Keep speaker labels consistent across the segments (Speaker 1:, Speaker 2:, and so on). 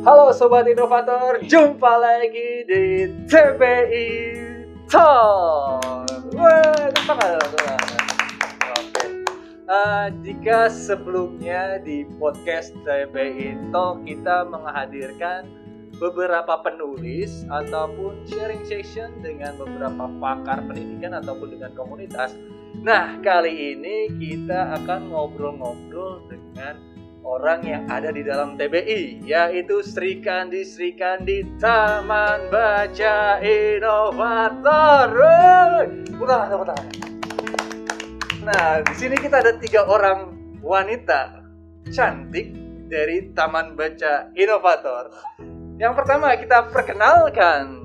Speaker 1: Halo Sobat Inovator, jumpa lagi di TBI Talk. Wah, Oke. Jika sebelumnya di podcast TBI Talk kita menghadirkan beberapa penulis ataupun sharing session dengan beberapa pakar pendidikan ataupun dengan komunitas. Nah, kali ini kita akan ngobrol-ngobrol dengan orang yang ada di dalam TBI, yaitu Sri Kandi Taman Baca Inovator. Tepuk tangan. Nah, di sini kita ada 3 orang wanita cantik dari Taman Baca Inovator. Yang pertama kita perkenalkan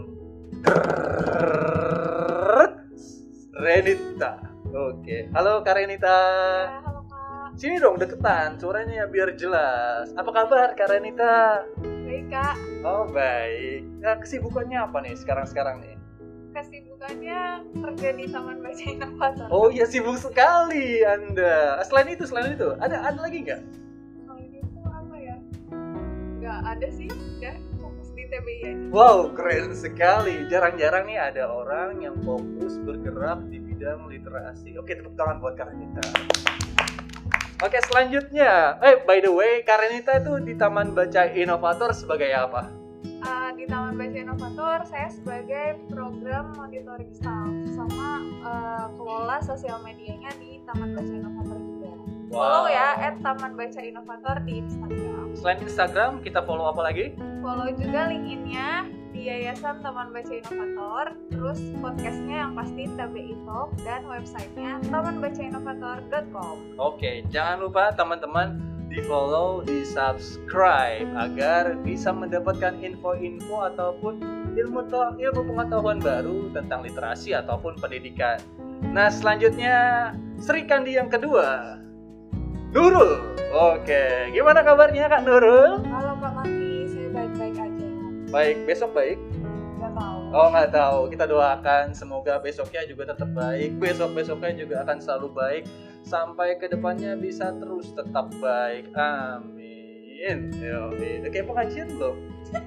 Speaker 1: Renita. Oke, halo Kak Renita. Sini dong deketan, suaranya biar jelas. Apa kabar Kak Renita?
Speaker 2: Baik Kak.
Speaker 1: Oh baik. Nah, kesibukannya apa nih sekarang nih?
Speaker 2: Kesibukannya kerja di Taman Baca Inovator.
Speaker 1: Oh iya, sibuk sekali Anda. Selain itu ada lagi nggak?
Speaker 2: Selain itu apa ya? Nggak ada sih, udah fokus di TBI aja.
Speaker 1: Wow, keren sekali. Jarang-jarang nih ada orang yang fokus bergerak di bidang literasi. Oke, tepuk tangan buat Kak Renita. Oke, selanjutnya. By the way, Kak Renita itu di Taman Baca Inovator sebagai apa?
Speaker 2: Di Taman Baca Inovator, saya sebagai program monitoring staff sama kelola sosial medianya di Taman Baca Inovator juga.
Speaker 1: Wow.
Speaker 2: Follow ya @tamanbacainovator di Instagram.
Speaker 1: Selain Instagram, kita follow apa lagi?
Speaker 2: Follow juga LinkedIn-nya di Yayasan Taman Baca Inovator, terus podcastnya yang pasti TBI Talk, dan websitenya tamanbacainovator.com.
Speaker 1: Oke, jangan lupa teman-teman di follow, di subscribe agar bisa mendapatkan info-info ataupun ilmu pengetahuan baru tentang literasi ataupun pendidikan. Nah, selanjutnya Sri Kandi yang kedua, Nurul. Oke, gimana kabarnya Kak Nurul?
Speaker 2: Halo Kak Mati, saya baik-baik aja.
Speaker 1: Baik, besok baik?
Speaker 2: Nggak tahu.
Speaker 1: Oh, nggak tahu. Kita doakan semoga besoknya juga tetap baik. Besoknya juga akan selalu baik. Sampai kedepannya bisa terus tetap baik. Amin. Yoi. Udah kayak pengajian loh.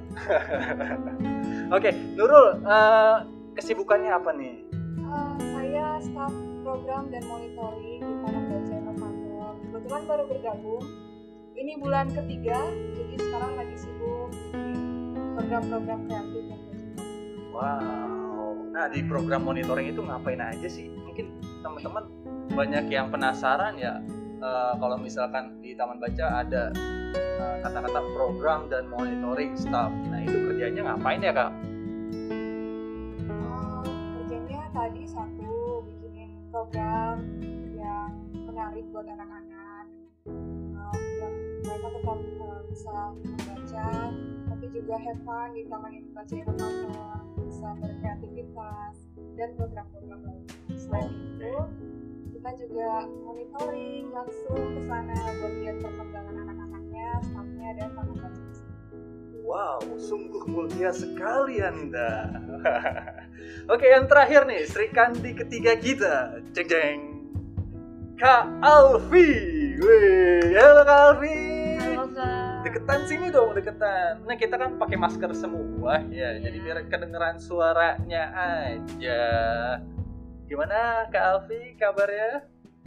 Speaker 1: Oke, Nurul, kesibukannya apa nih?
Speaker 2: Saya staf program dan monitoring di Taman Baca Inovator. Kebetulan baru bergabung. Ini bulan ketiga, jadi sekarang lagi sibuk di program-program kreatif dan pendidikan.
Speaker 1: Wow. Nah, di program monitoring itu ngapain aja sih? Mungkin teman-teman banyak yang penasaran ya. Kalau misalkan di Taman Baca ada kata-kata program dan monitoring staff. Nah, itu kerjanya ngapain ya, Kak?
Speaker 2: Kerjanya tadi satu, bikinin program yang menarik buat anak-anak, yang mereka tetap bisa membaca, tapi juga have fun di Taman Baca Inovator, bisa berkreativitas, dan program-program lainnya. Selain itu, kita juga monitoring langsung ke sana buat lihat perkembangan anak-anaknya, staffnya, dan Taman Baca.
Speaker 1: Wow, sungguh mulia sekali Anda. Oke, yang terakhir nih, Sri Kandi ketiga kita. Ceng. Kak Alfi. Wih, halo Kak Alfi.
Speaker 2: Halo Kak.
Speaker 1: Deketan sini dong, deketan. Nah, kita kan pakai masker semua ya, jadi biar kedengeran suaranya aja. Gimana Kak Alfi kabarnya?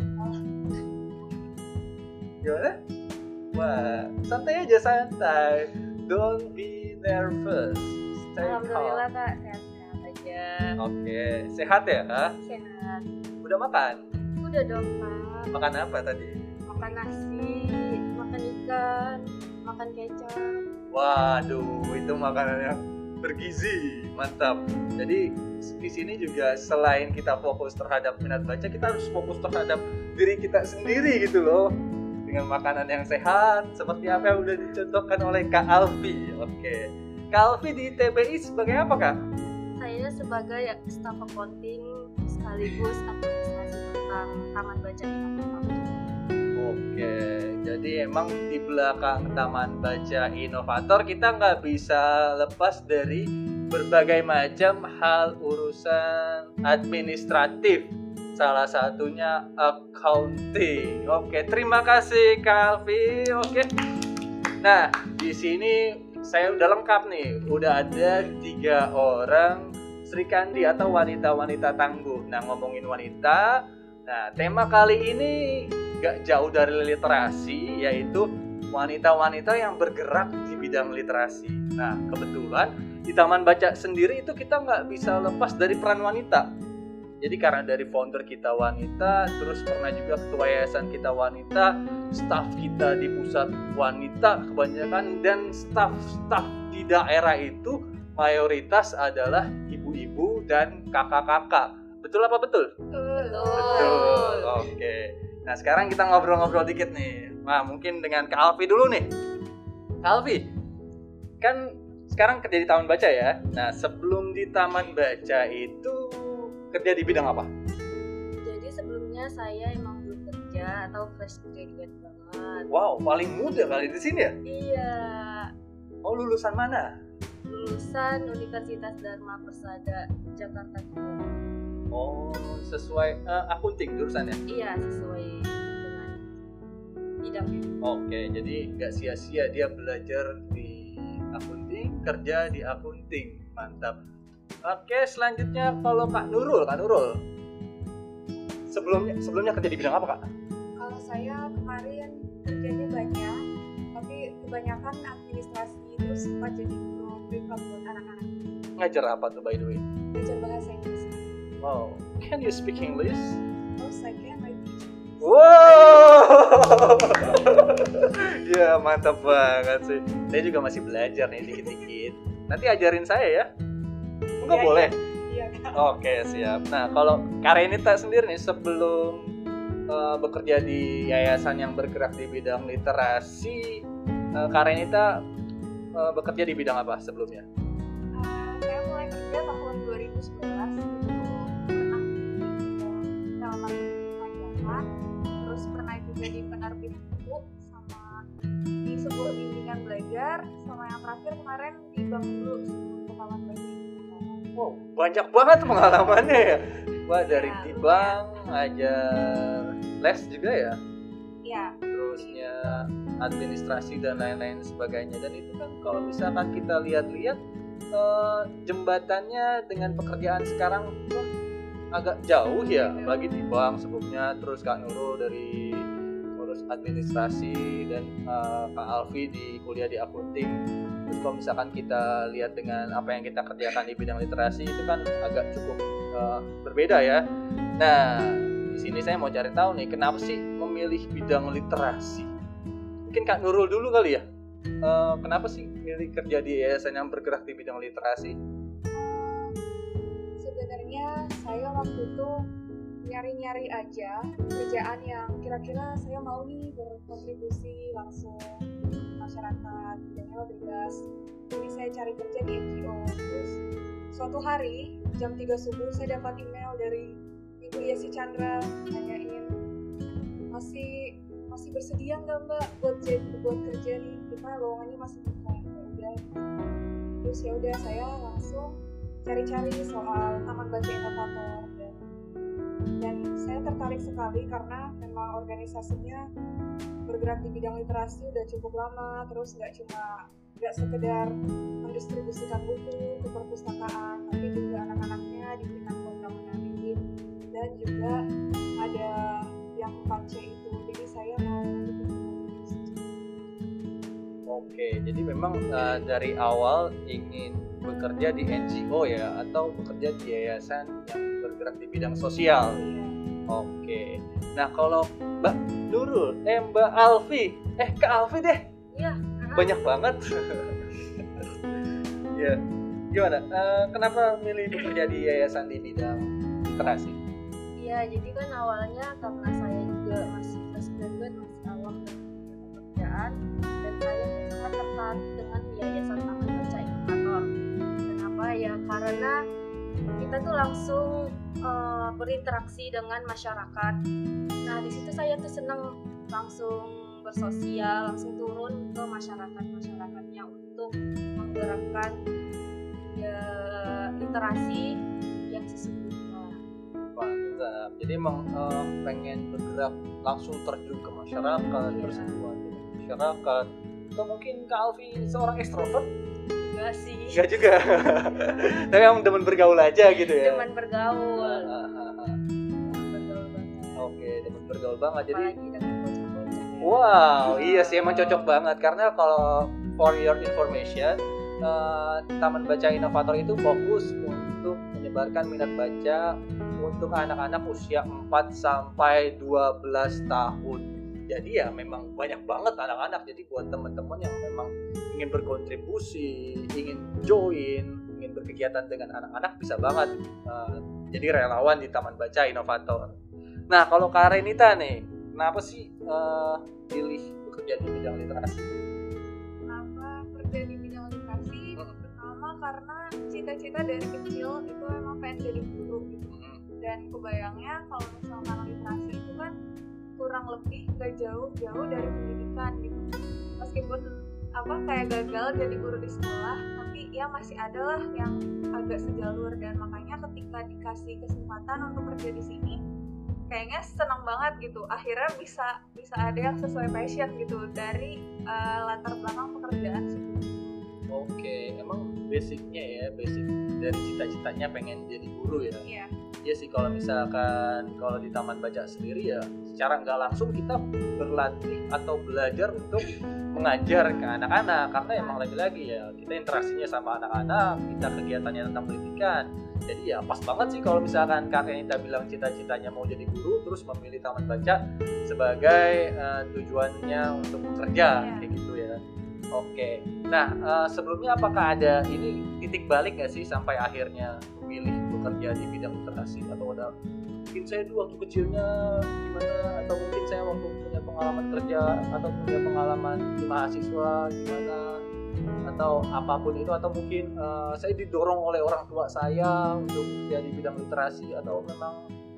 Speaker 1: Gimana? Wah, santai aja, santai. Don't be nervous. Stay
Speaker 2: Alhamdulillah
Speaker 1: calm.
Speaker 2: Kak, sehat-sehat aja.
Speaker 1: Oke, sehat ya?
Speaker 2: Sehat.
Speaker 1: Udah makan?
Speaker 2: Udah dong Kak.
Speaker 1: Makan apa tadi?
Speaker 2: Makan nasi, makan ikan, makan kecap.
Speaker 1: Waduh, itu makanan yang bergizi, mantap. Jadi di sini juga selain kita fokus terhadap minat baca, kita harus fokus terhadap diri kita sendiri gitu loh. Dengan makanan yang sehat, seperti apa yang udah dicontohkan oleh Kak Alfi. Oke, Kak Alfi di TBI sebagai apa Kak?
Speaker 2: Saya sebagai staf accounting sekaligus administrasi tentang Taman Baca Inovator.
Speaker 1: Oke, jadi emang di belakang Taman Baca Inovator kita nggak bisa lepas dari berbagai macam hal urusan administratif. Salah satunya accounting. Oke, terima kasih Kak Alfi. Oke. Nah, di sini saya udah lengkap nih. Udah ada 3 orang Sri Kandi atau wanita-wanita tangguh. Nah, ngomongin wanita, nah tema kali ini gak jauh dari literasi, yaitu wanita-wanita yang bergerak di bidang literasi. Nah, kebetulan di Taman Baca sendiri itu kita nggak bisa lepas dari peran wanita. Jadi karena dari founder kita wanita, terus pernah juga ketua yayasan kita wanita, staf kita di pusat wanita kebanyakan, dan staf di daerah itu mayoritas adalah ibu-ibu dan kakak-kakak. Betul apa betul? Betul. Oke. Nah, sekarang kita ngobrol-ngobrol dikit nih. Nah, mungkin dengan Kak Alfi dulu nih. Kak Alfi, kan sekarang kerja di Taman Baca ya. Nah, sebelum di Taman Baca itu kerja di bidang apa?
Speaker 3: Jadi sebelumnya saya emang belum kerja atau fresh graduate banget.
Speaker 1: Wow, paling muda kali di sini ya?
Speaker 3: Iya.
Speaker 1: Oh, lulusan mana?
Speaker 3: Lulusan Universitas Dharma Persada Jakarta Timur.
Speaker 1: Oh, sesuai akunting jurusannya?
Speaker 3: Iya, sesuai dengan bidangnya.
Speaker 1: Oke, jadi nggak sia-sia dia belajar di akunting, kerja di akunting. Mantap. Oke, selanjutnya kalau Kak Nurul. Sebelumnya kerja di bidang apa, Kak?
Speaker 2: Kalau saya kemarin kerjanya banyak, tapi kebanyakan administrasi, terus sempat jadi guru privat buat anak-anak.
Speaker 1: Ngajar apa tuh, by the way?
Speaker 2: Belajar bahasa Inggris.
Speaker 1: Wow, can you speak English?
Speaker 2: Terus saya can my teacher.
Speaker 1: Wow, ya mantap banget sih. Saya juga masih belajar nih dikit-dikit. Nanti ajarin saya ya. Enggak
Speaker 2: Ya,
Speaker 1: boleh?
Speaker 2: Iya, Kak.
Speaker 1: Oke, siap. Nah, kalau Kak Renita sendiri nih sebelum bekerja di yayasan yang bergerak di bidang literasi, Kak Renita bekerja di bidang apa sebelumnya?
Speaker 2: Saya mulai kerja tahun 2011 itu pernah di dalam majalah, terus pernah juga di penerbit buku sama di sebuah bimbingan belajar, sama yang terakhir kemarin di Bank Dulu Taman Baca.
Speaker 1: Wow, banyak banget pengalamannya ya. Wah, dari
Speaker 2: Ya,
Speaker 1: di bank, ngajar les juga ya.
Speaker 2: Iya.
Speaker 1: Terusnya administrasi dan lain-lain sebagainya. Dan itu kan kalau misalkan kita lihat-lihat jembatannya dengan pekerjaan sekarang pun agak jauh ya, apalagi di bank sebelumnya. Terus Kak Nurul dari ngurus administrasi dan Kak Alfi di kuliah di akunting. Terus kalau misalkan kita lihat dengan apa yang kita kerjakan di bidang literasi itu kan agak cukup berbeda ya. Nah, di sini saya mau cari tahu nih, kenapa sih memilih bidang literasi? Mungkin Kak Nurul dulu kali ya. Kenapa sih milih kerja di yayasan yang bergerak di bidang literasi?
Speaker 2: Sebenarnya saya waktu itu nyari-nyari aja kerjaan yang kira-kira saya mau nih berkontribusi langsung masyarakat, bidangnya bebas. Jadi saya cari kerja di NGO. Terus suatu hari jam 3 subuh saya dapat email dari Ibu Yesi Chandra nanyain masih bersedia nggak Mbak buat kerja nih, kita lowongannya masih buka. Udah. Terus ya udah saya langsung cari-cari soal Taman Baca Inovator dan saya tertarik sekali karena memang organisasinya bergerak di bidang literasi udah cukup lama, terus nggak sekedar mendistribusikan buku ke perpustakaan, tapi juga anak-anaknya diberikan program menarik dan juga ada yang membaca itu. Jadi saya mau ikut.
Speaker 1: Oke, jadi memang dari awal ingin bekerja di NGO ya, atau bekerja di yayasan yang bergerak di bidang sosial.
Speaker 2: Iya.
Speaker 1: Oke. Nah, kalau Mbak Nurul, Mbak Alfi, Kak Alfi deh.
Speaker 3: Iya.
Speaker 1: Banyak banget. Ya, gimana? Kenapa milih bekerja di yayasan di bidang literasi?
Speaker 3: Iya, jadi kan awalnya karena saya juga masih fresh graduate, masih awam dengan pekerjaan, dan saya sangat tertarik dengan yayasan Taman Baca Inovator. Kenapa ya? Karena kita tuh langsung berinteraksi dengan masyarakat. Nah, di situ saya tuh senang langsung bersosial, langsung turun ke masyarakatnya untuk menggerakkan ya, literasi yang sesungguhnya.
Speaker 1: Mantap. Jadi emang pengen bergerak langsung terjun ke masyarakat,
Speaker 3: Iya.
Speaker 1: bersentuhan dengan masyarakat. Atau mungkin Kak Alfi seorang ekstrovert?
Speaker 3: Enggak sih.
Speaker 1: Enggak juga. Tapi emang demen bergaul aja gitu ya.
Speaker 3: Demen bergaul. Demen bergaul banget.
Speaker 1: Oke, demen bergaul banget. Jadi
Speaker 3: Apalagi dengan bocah-bocah ya.
Speaker 1: wow, iya sih emang cocok banget karena kalau for your information, Taman Baca Inovator itu fokus untuk menyebarkan minat baca untuk anak-anak usia 4 sampai 12 tahun. Jadi ya memang banyak banget anak-anak. Jadi buat teman-teman yang memang ingin berkontribusi, ingin join, ingin berkegiatan dengan anak-anak bisa banget jadi relawan di Taman Baca Inovator. Nah, kalau Kak Renita nih, kenapa sih pilih bekerja di bidang literasi?
Speaker 2: Kenapa kerja di bidang literasi? Pertama karena cita-cita dari kecil itu emang pengen jadi guru gitu. Dan kebayangnya kalau misalkan literasi itu kan kurang lebih gak jauh-jauh dari pendidikan gitu. Meskipun kayak gagal jadi guru di sekolah, tapi ya masih ada lah yang agak sejalur. Dan makanya ketika dikasih kesempatan untuk kerja di sini, kayaknya senang banget gitu. Akhirnya bisa ada yang sesuai passion gitu dari latar belakang pekerjaan sebelumnya.
Speaker 1: Oke, emang basic dari cita-citanya pengen jadi guru ya?
Speaker 2: Iya.
Speaker 1: Iya sih, kalau misalkan kalau di Taman Baca sendiri ya secara nggak langsung kita berlatih atau belajar untuk mengajar ke anak-anak, karena emang lagi-lagi ya kita interaksinya sama anak-anak, kita kegiatannya tentang pendidikan. Jadi ya pas banget sih kalau misalkan Kak Renita bilang cita-citanya mau jadi guru terus memilih Taman Baca sebagai tujuannya untuk bekerja kayak gitu ya. Oke. Nah, sebelumnya apakah ada ini titik balik nggak sih sampai akhirnya memilih bekerja di bidang literasi, atau ada mungkin saya dulu waktu kecilnya gimana, atau mungkin saya waktu punya pengalaman kerja atau punya pengalaman di mahasiswa gimana, atau apapun itu, atau mungkin saya didorong oleh orang tua saya untuk bekerja di bidang literasi, atau memang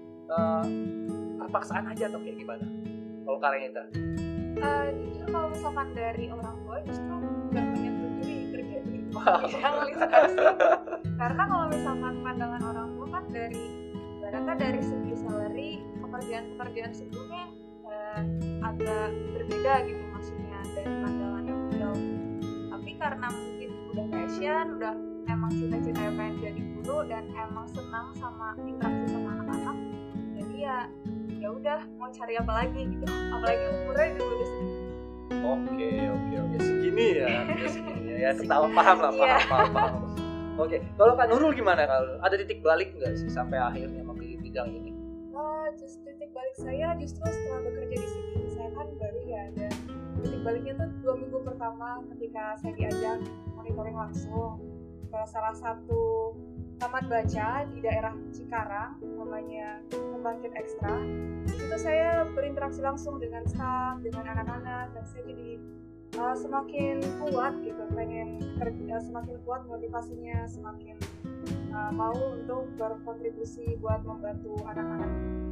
Speaker 1: terpaksaan aja atau kayak gimana? Kalau Kak Renita?
Speaker 2: Jujur kalau misalkan dari orang tua justru nggak menyetujui kerja di bidang literasi. Karena kalau misalkan pandangan orang tua kan dari segi salary pekerjaan sebelumnya agak berbeda gitu, maksudnya dari pandangan yang beliau. Tapi karena mungkin udah passion, udah emang cita-citanya pengen jadi guru dan emang senang sama interaksi sama anak-anak, jadi ya udah mau cari apa lagi gitu, apalagi umurnya juga udah segini.
Speaker 1: Oke, segini ya, ketawa paham. Oke, kalau Kak Nurul gimana, kalau ada titik balik nggak sih sampai akhirnya memilih bidang ini?
Speaker 2: Titik balik saya justru setelah bekerja di sini. Saya kan baru ya, dan titik baliknya tuh 2 minggu pertama ketika saya diajak monitoring langsung ke salah satu taman baca di daerah Cikarang, namanya Pembangkit Ekstra. Di situ saya berinteraksi langsung dengan staff, dengan anak-anak, dan saya jadi semakin kuat gitu, pengen kerja, semakin kuat motivasinya, semakin mau untuk berkontribusi buat membantu anak-anak.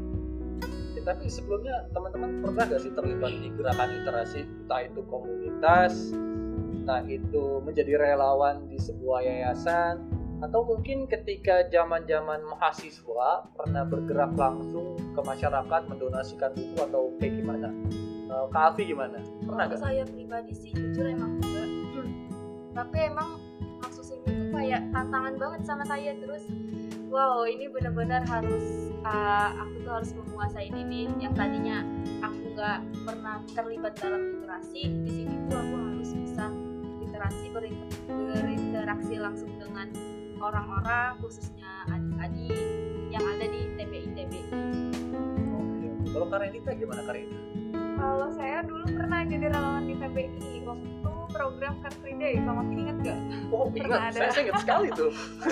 Speaker 1: Tapi sebelumnya teman-teman pernah gak sih terlibat di gerakan literasi, entah itu komunitas, entah itu menjadi relawan di sebuah yayasan, atau mungkin ketika zaman-zaman mahasiswa pernah bergerak langsung ke masyarakat mendonasikan buku atau kayak gimana? Kak Alfi gimana? Pernah gak?
Speaker 3: Saya pribadi sih jujur emang enggak. Tapi emang maksudnya itu kayak tantangan banget sama saya, terus wow, ini benar-benar harus aku tuh harus menguasai ini yang tadinya aku nggak pernah terlibat dalam literasi. Di sini tuh aku harus bisa literasi, berinteraksi langsung dengan orang-orang, khususnya adik-adik yang ada di TPI.
Speaker 1: Oke. Kalau Kak Renita gimana, Kak Renita?
Speaker 2: Kalau saya dulu pernah jadi relawan di TPI waktu program Car Free Day, kamu masih ingat gak?
Speaker 1: Oh ingat, saya ingat sekali tuh.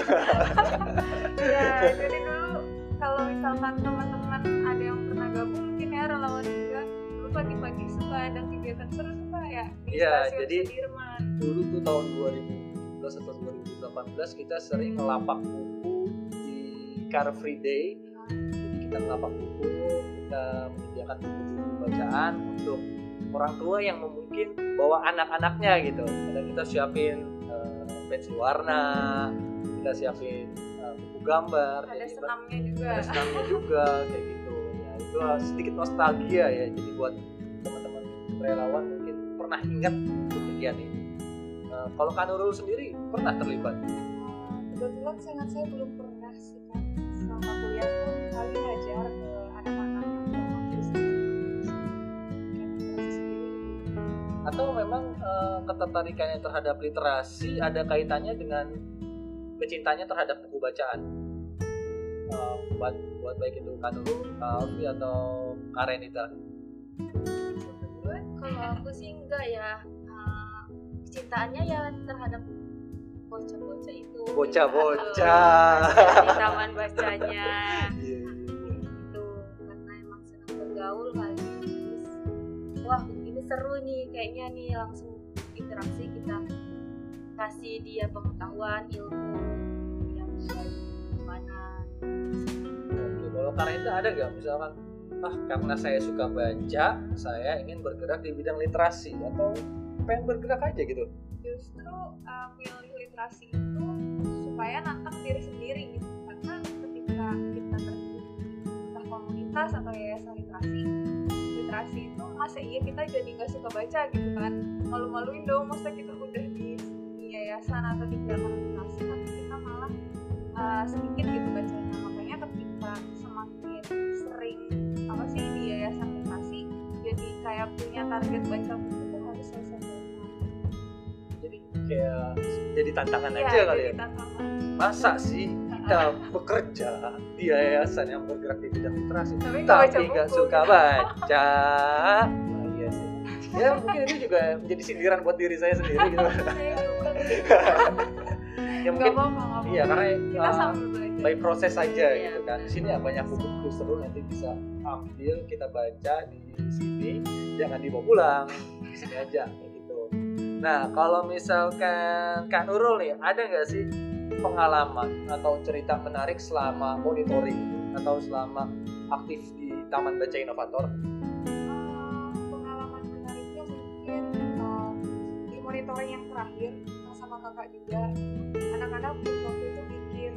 Speaker 2: Ya, jadi dulu kalau misalkan teman-teman ada yang pernah gabung mungkin ya relawan juga, dulu pagi-pagi suka ada kegiatan seru ya di stasiun Sudirman.
Speaker 1: Dulu tuh tahun 2017 atau 2018 kita sering ngelapak buku di Car Free Day. Jadi kita ngelapak buku, kita menyediakan buku-buku bacaan untuk orang tua yang mungkin bawa anak-anaknya gitu. Kadang kita siapin pensil warna, kita siapin buku gambar,
Speaker 2: ada senamnya
Speaker 1: juga kayak gitu. Ya, itu sedikit nostalgia ya. Jadi buat teman-teman relawan mungkin pernah ingat kegiatan ini. Kalau Kak Nurul sendiri pernah terlibat?
Speaker 2: Kebetulan saya belum pernah sih kan, selama kuliah pun kali ngajar ke anak-anak yang belum bisa sendiri.
Speaker 1: Atau memang ketertarikannya terhadap literasi ada kaitannya dengan kecintanya terhadap buku bacaan? Buat baik itu Kak Nurul, Kak Alfi atau Kak Renita?
Speaker 3: Kalau aku sih enggak ya, kecintaannya ya terhadap bocah-bocah itu.
Speaker 1: Bocah-bocah
Speaker 3: di taman bacanya. Itu karena emang senang bergaul kali. Terus, wah ini seru nih kayaknya nih, langsung interaksi, kita kasih dia pengetahuan, ilmu yang baik gimana.
Speaker 1: Oke, kalau Kak Renita ada nggak misalkan, karena saya suka baca, saya ingin bergerak di bidang literasi atau pengen bergerak aja gitu?
Speaker 2: Justru milih literasi itu supaya nantang diri sendiri gitu, karena ketika kita terjun entah komunitas atau yayasan literasi itu masa iya kita jadi nggak suka baca gitu kan, malu-maluin dong masa kita udah di yayasan atau di gerakan literasi tapi kita malah sedikit gitu bacanya. Makanya ketika semakin sering di yayasan literasi jadi kayak punya target baca buku tuh harus selesai.
Speaker 1: Jadi kayak jadi tantangan
Speaker 2: Iya,
Speaker 1: aja kali ya.
Speaker 2: Tantangan.
Speaker 1: Masa sih kita bekerja di yayasan yang bergerak di bidang literasi
Speaker 2: Tapi nggak
Speaker 1: nggak suka baca? Nah, iya sih. Ya mungkin itu juga menjadi sindiran buat diri saya sendiri gitu. Ya mungkin
Speaker 2: Nggak
Speaker 1: iya karena
Speaker 2: kita sambil belajar.
Speaker 1: by proses aja
Speaker 3: Iya,
Speaker 1: gitu kan. Di sini banyak buku seru nanti bisa ambil kita baca di sini, jangan dibawa pulang, di sini aja kayak gitu. Nah kalau misalkan Kak Nurul nih, ada nggak sih pengalaman atau cerita menarik selama monitoring atau selama aktif di Taman Baca Inovator?
Speaker 2: Pengalaman menariknya mungkin di monitoring yang terakhir sama kakak juga, anak-anak waktu itu bikin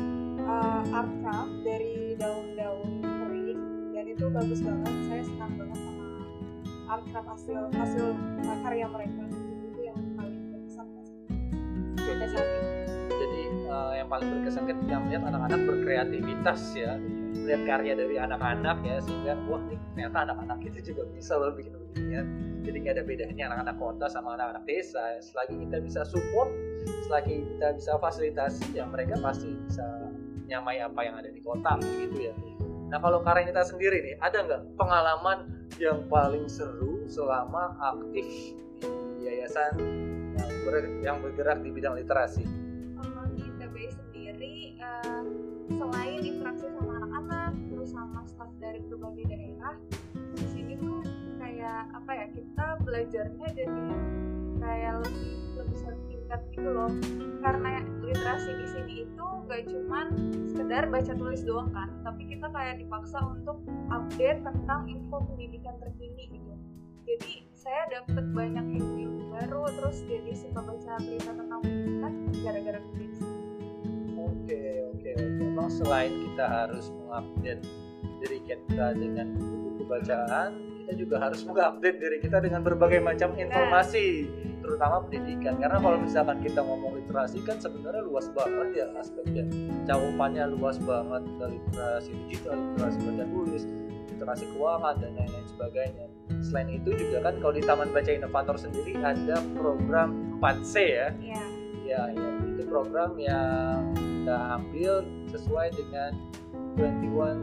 Speaker 2: art craft dari daun-daun kering dan itu bagus banget. Saya senang banget sama art craft hasil karya mereka. Itu yang paling berkesan sampai saat ini.
Speaker 1: Jadi yang paling berkesan ketika melihat anak-anak berkreativitas ya, melihat karya dari anak-anak ya, sehingga wah nih ternyata anak-anak itu juga bisa loh bikin beginian. Jadi nggak ada bedanya anak-anak kota sama anak-anak desa. Selagi kita bisa support, selagi kita bisa fasilitasi, ya mereka pasti bisa nyamai apa yang ada di kota gitu ya. Nah kalau Kak Renita sendiri nih, ada nggak pengalaman yang paling seru selama aktif di yayasan yang bergerak di bidang literasi?
Speaker 2: Di TBI sendiri, selain interaksi sama anak-anak, terus sama staf dari berbagai daerah, di sini tuh kayak apa ya, kita belajarnya jadi kayak lebih satu tingkat gitu loh. Karena literasi di sini itu gak cuman sekedar baca tulis doang kan, tapi kita kayak dipaksa untuk update tentang info pendidikan terkini gitu. Jadi saya dapat banyak ilmu baru, terus jadi suka baca berita tentang pendidikan gara-gara tulis.
Speaker 1: Oke. Memang selain kita harus mengupdate diri kita dengan buku bacaan, kita juga harus mengupdate diri kita dengan berbagai macam informasi, terutama pendidikan. Karena kalau misalkan kita ngomong literasi kan sebenarnya luas banget ya aspeknya, cakupannya luas banget, dari literasi digital, literasi baca tulis, literasi keuangan dan lain-lain sebagainya. Selain itu juga kan kalau di Taman Baca Inovator sendiri ada program 4C ya. Ya, itu program yang kita ambil sesuai dengan 21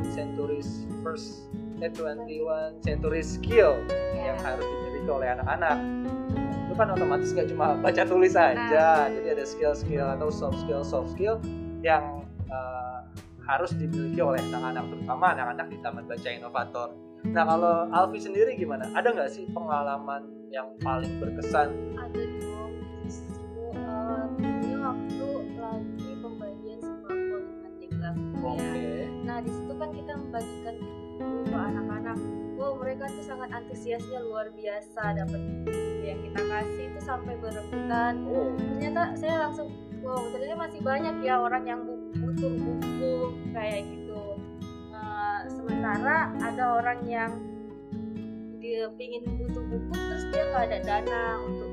Speaker 1: century skill yang harus dimiliki oleh anak-anak. Itu kan otomatis gak cuma baca tulis aja, jadi ada skill-skill atau soft skill yang harus dimiliki oleh anak-anak, terutama anak-anak di Taman Baca Inovator. Nah kalau Alfi sendiri gimana? Ada nggak sih pengalaman yang paling berkesan?
Speaker 3: Ada dong. Ini waktu lagi pembagian sembako di kelas.
Speaker 1: Oke.
Speaker 3: Nah di situ kan kita membagikan buku ke anak-anak. Mereka tuh sangat antusiasnya luar biasa, dapat buku yang kita kasih itu sampai berebutan. Ternyata saya langsung ternyata masih banyak ya orang yang butuh buku kayak gitu. Sementara ada orang yang dia pingin butuh buku terus dia nggak ada dana untuk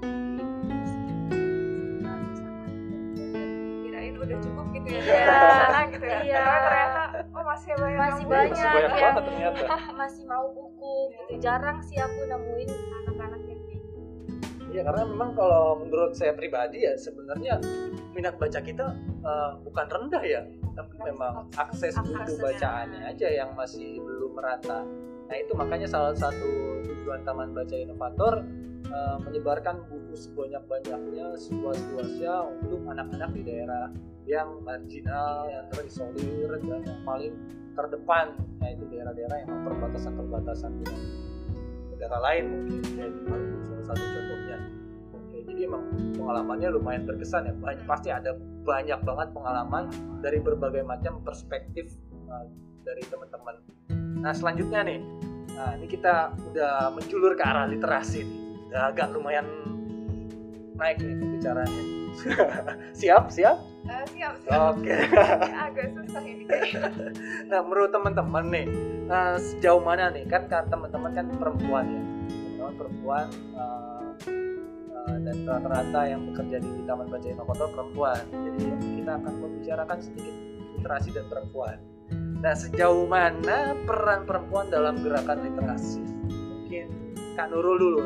Speaker 2: kirain udah cukup gitu ya
Speaker 3: Iya.
Speaker 2: di sana gitu ya.
Speaker 3: Iya.
Speaker 2: Karena ternyata masih banyak
Speaker 3: Masih
Speaker 2: yang
Speaker 3: banyak.
Speaker 1: Masih banyak
Speaker 3: yang-
Speaker 1: banget ternyata.
Speaker 3: masih mau buku gitu. Jarang sih aku nemuin anak-anak yang kayak gitu.
Speaker 1: Iya, karena memang kalau menurut saya pribadi ya sebenarnya minat baca kita bukan rendah ya, tapi memang akses buku
Speaker 3: aksesnya.
Speaker 1: bacaannya aja yang masih belum merata. Nah itu makanya salah satu tujuan Taman Baca Inovator menyebarkan buku sebanyak-banyaknya, seluas-luasnya untuk anak-anak di daerah yang marginal, yang terisolir, dan yang paling terdepan, yaitu daerah-daerah yang perbatasan-perbatasan dengan negara lain mungkin, ya di Maluku salah satu contohnya. Oke, jadi emang pengalamannya lumayan berkesan ya, pasti ada banyak banget pengalaman dari berbagai macam perspektif dari teman-teman. Nah selanjutnya nih, ini kita udah menjulur ke arah literasi nih, udah agak lumayan naik nih pembicaraannya. Siap?
Speaker 2: siap.
Speaker 1: Oke.
Speaker 2: Agak susah ini kayaknya.
Speaker 1: Nah menurut teman-teman nih, sejauh mana nih, kan teman-teman kan perempuan ya, teman-teman perempuan, dan rata-rata yang bekerja di Taman Baca Inovator perempuan, jadi kita akan membicarakan sedikit literasi dan perempuan. Nah sejauh mana peran perempuan dalam gerakan literasi? Mungkin Kak Nurul dulu.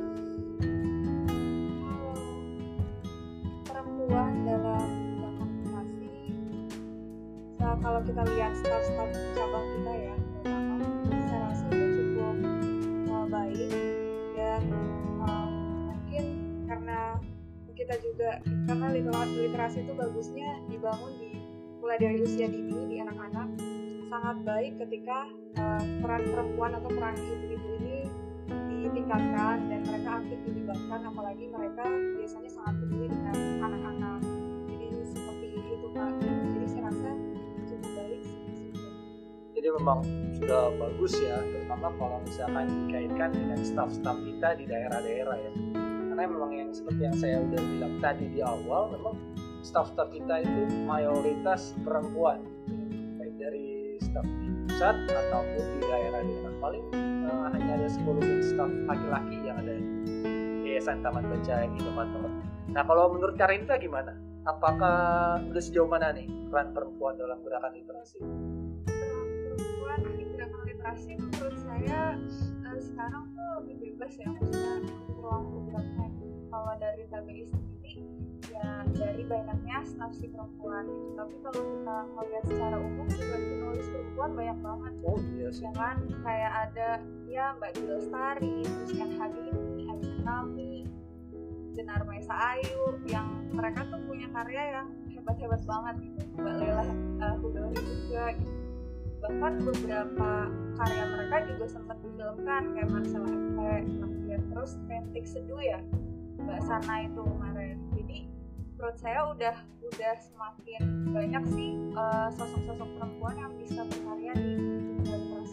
Speaker 2: Perempuan dalam komunikasi, kalau kita lihat staf-staf cabang kita ya, terutama saya rasa itu cukup baik, dan mungkin karena kita juga, karena literasi itu bagusnya dibangun mulai dari usia dini di anak-anak, sangat baik ketika peran perempuan atau peran ibu-ibu ini ditingkatkan dan mereka aktif dilibatkan, apalagi mereka biasanya sangat peduli dengan anak-anak. Jadi seperti itu Kak. Jadi saya rasa cukup baik sih.
Speaker 1: Jadi memang sudah bagus ya, terutama kalau misalkan dikaitkan dengan staf-staf kita di daerah-daerah ya. Karena memang yang seperti yang saya udah bilang tadi di awal, memang staf-staf kita itu mayoritas perempuan, baik dari staf di pusat ataupun di daerah-daerah. Paling hanya ada 10 staf laki-laki yang ada di Yayasan Taman Baca Inovator. Nah kalau menurut Karinta gimana? Apakah udah sejauh mana nih peran perempuan dalam gerakan literasi?
Speaker 2: Perempuan di gerakan literasi menurut saya sekarang tuh lebih bebas ya, maksudnya ruang geraknya. Kalau dari TBI sendiri ya dari banyaknya staf si perempuan gitu. Tapi kalau kita melihat secara umum juga penulis perempuan banyak banget.
Speaker 1: Oh iya sih.
Speaker 2: Jangan kayak ada ya Mbak Dila Lestari, terus Kan Hadini, Ayu Kami, Jenar Maesa Ayu, yang mereka tuh punya karya yang hebat-hebat banget gitu. Mbak Lela Hudori juga gitu. Bahkan beberapa karya mereka juga sempat difilmkan kayak Marcella F. kemudian terus Rentik Seduh ya, Mbak Sana itu kemarin. Jadi menurut saya udah semakin banyak sih sosok-sosok perempuan yang bisa berkarya di literasi.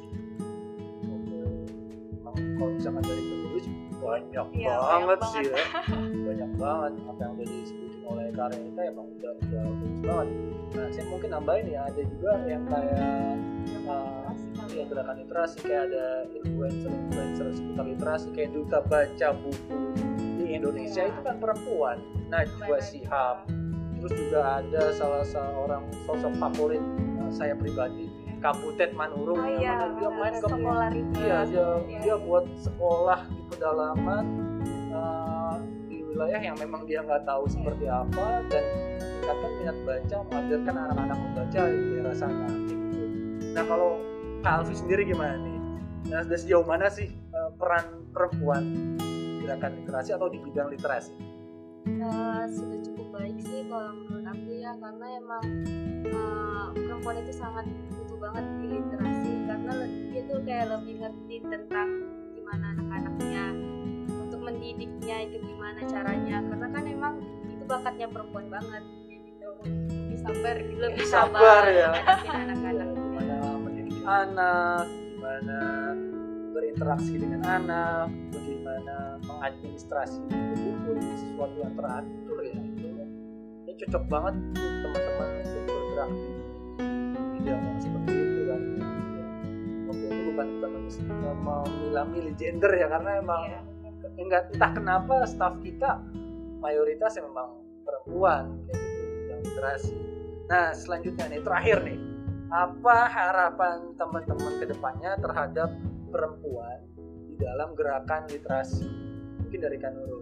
Speaker 1: Kalau misalkan dari penulis banyak
Speaker 2: Iya,
Speaker 1: banget
Speaker 2: banyak
Speaker 1: sih ya. Banyak banget apa yang udah disebutin oleh karya kita emang udah bagus banget. Nah saya mungkin nambahin ya, ada juga yang kayak ya, gerakan literasi, kayak ada influencer seputar literasi kayak Duta Baca Buku di Indonesia itu kan perempuan, Najwa Shihab. Terus juga ada salah seorang sosok favorit saya pribadi, Kabutet Manurung, yang mana dia main ke
Speaker 3: sekolah
Speaker 1: dia buat sekolah di pedalaman di wilayah yang memang dia nggak tahu seperti apa, dan meningkatkan minat baca, mengajarkan anak-anak membaca di daerah sana gitu. Nah kalau Kak Alfi sendiri gimana nih? Nah sudah sejauh mana sih peran perempuan gerakan literasi atau di bidang literasi?
Speaker 3: Sudah cukup baik sih kalau menurut aku ya, karena emang perempuan itu sangat butuh banget di literasi, karena dia tuh kayak lebih ngerti tentang gimana anak-anaknya, untuk mendidiknya itu gimana caranya, karena kan emang itu bakatnya perempuan banget gitu. Lebih sabar
Speaker 1: ya.
Speaker 3: ngadepin anak-anak.
Speaker 1: Gimana mendidik anak, gimana berinteraksi dengan anak, bagaimana mengadministrasi buku itu sesuatu yang teratur ya. Ini cocok banget untuk teman-teman untuk bergerak di bidang yang seperti itu kan. Oke, ini bukan milih gender ya, karena emang entah kenapa staf kita mayoritas memang perempuan kayak gitu yang literasi. Nah selanjutnya nih, terakhir nih, apa harapan teman-teman kedepannya terhadap perempuan di dalam gerakan literasi? Mungkin dari Kak Nurul.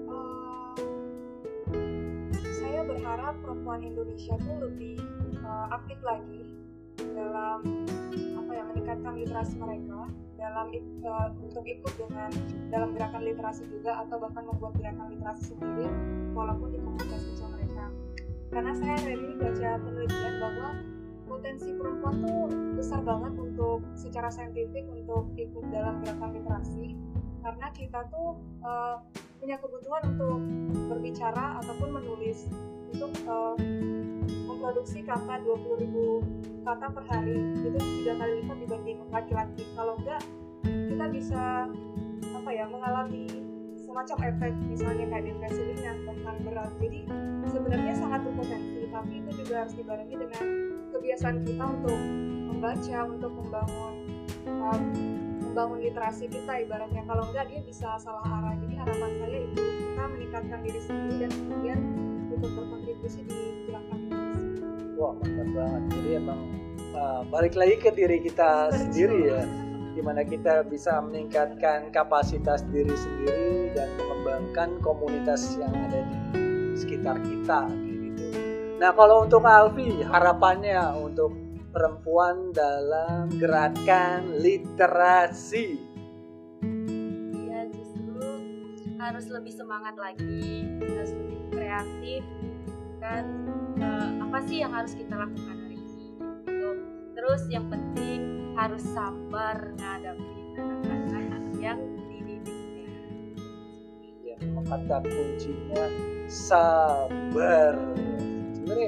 Speaker 2: Saya berharap perempuan Indonesia tuh lebih aktif lagi dalam meningkatkan literasi mereka, dalam untuk ikut dalam gerakan literasi juga, atau bahkan membuat gerakan literasi sendiri walaupun di komunitas kecil mereka. Karena saya hari ini baca penelitian bahwa potensi perempuan tuh besar banget untuk secara saintifik untuk ikut dalam gerakan literasi, karena kita tuh punya kebutuhan untuk berbicara ataupun menulis, untuk memproduksi kata 20.000 kata per hari, itu 3 kali lipat dibanding laki-laki. Kalau enggak, kita bisa mengalami semacam efek misalnya kayak depresi ringan, bahkan berat. Jadi sebenarnya sangat berpotensi, tapi itu juga harus dibarengi dengan kebiasaan kita untuk membaca, untuk membangun literasi kita ibaratnya. Kalau enggak, dia bisa salah arah. Jadi harapan saya itu kita meningkatkan diri sendiri dan kemudian ikut berkontribusi di gerakan literasi.
Speaker 1: Wah, mantap banget. Jadi emang balik lagi ke diri kita sendiri ya, dimana kita bisa meningkatkan kapasitas diri sendiri dan mengembangkan komunitas yang ada di sekitar kita gitu. Nah kalau untuk Alfi, harapannya untuk perempuan dalam gerakan literasi?
Speaker 3: Ya justru harus lebih semangat lagi, harus lebih kreatif, kan apa sih yang harus kita lakukan hari ini gitu. Terus yang penting harus sabar menghadapi anak-anak yang dididiknya.
Speaker 1: Ya, kata kuncinya sabar. Sebenarnya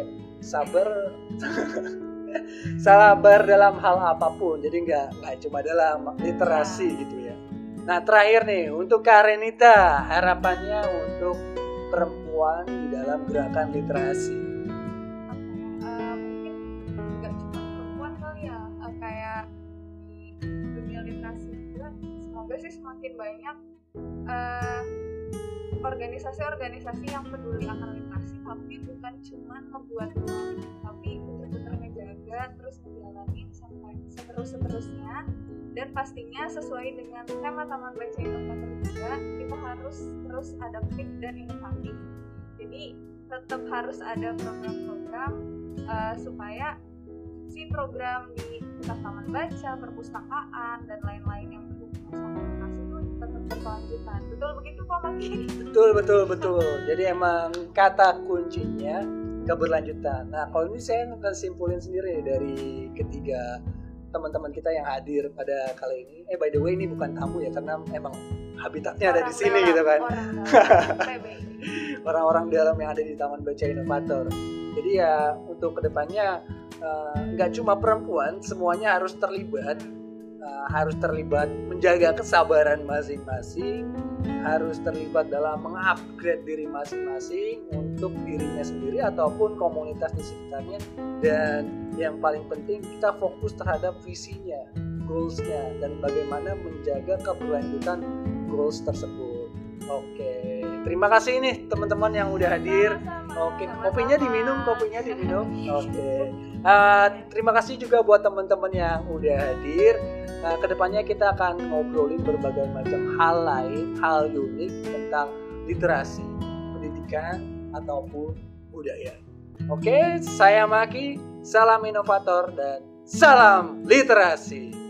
Speaker 1: sabar dalam hal apapun. Jadi nggak cuma dalam literasi gitu ya. Nah terakhir nih untuk Kak Renita, harapannya untuk perempuan di dalam gerakan literasi.
Speaker 2: Semoga sih semakin banyak organisasi-organisasi yang peduli akan literasi, tapi bukan cuma membuat doang, tapi benar-benar ngejaga terus ngejalanin sampai seterusnya. Dan pastinya sesuai dengan tema Taman Baca Inovator juga, kita harus terus adaptif dan inovatif. Jadi tetap harus ada program-program supaya si program di Taman Baca, perpustakaan dan lain-lain yang sama literasi itu tetap berkelanjutan. Betul begitu Pak Maki?
Speaker 1: Betul. Jadi emang kata kuncinya keberlanjutan. Nah kalau ini saya akan simpulin sendiri dari ketiga teman-teman kita yang hadir pada kali ini. By the way ini bukan tamu ya, karena emang habitatnya ada di sini gitu kan. Orang-orang dalam yang ada di Taman Baca Inovator. Jadi ya untuk kedepannya nggak cuma perempuan, semuanya harus terlibat menjaga kesabaran masing-masing, harus terlibat dalam mengupgrade diri masing-masing untuk dirinya sendiri ataupun komunitas di sekitarnya. Dan yang paling penting kita fokus terhadap visinya, goalsnya, dan bagaimana menjaga keberlanjutan goals tersebut. Oke, terima kasih nih teman-teman yang udah hadir. Oke, kopinya diminum. Oke, terima kasih juga buat teman-teman yang udah hadir. Kedepannya kita akan ngobrolin berbagai macam hal unik tentang literasi, pendidikan ataupun budaya. Oke, saya Maki, salam inovator dan salam literasi.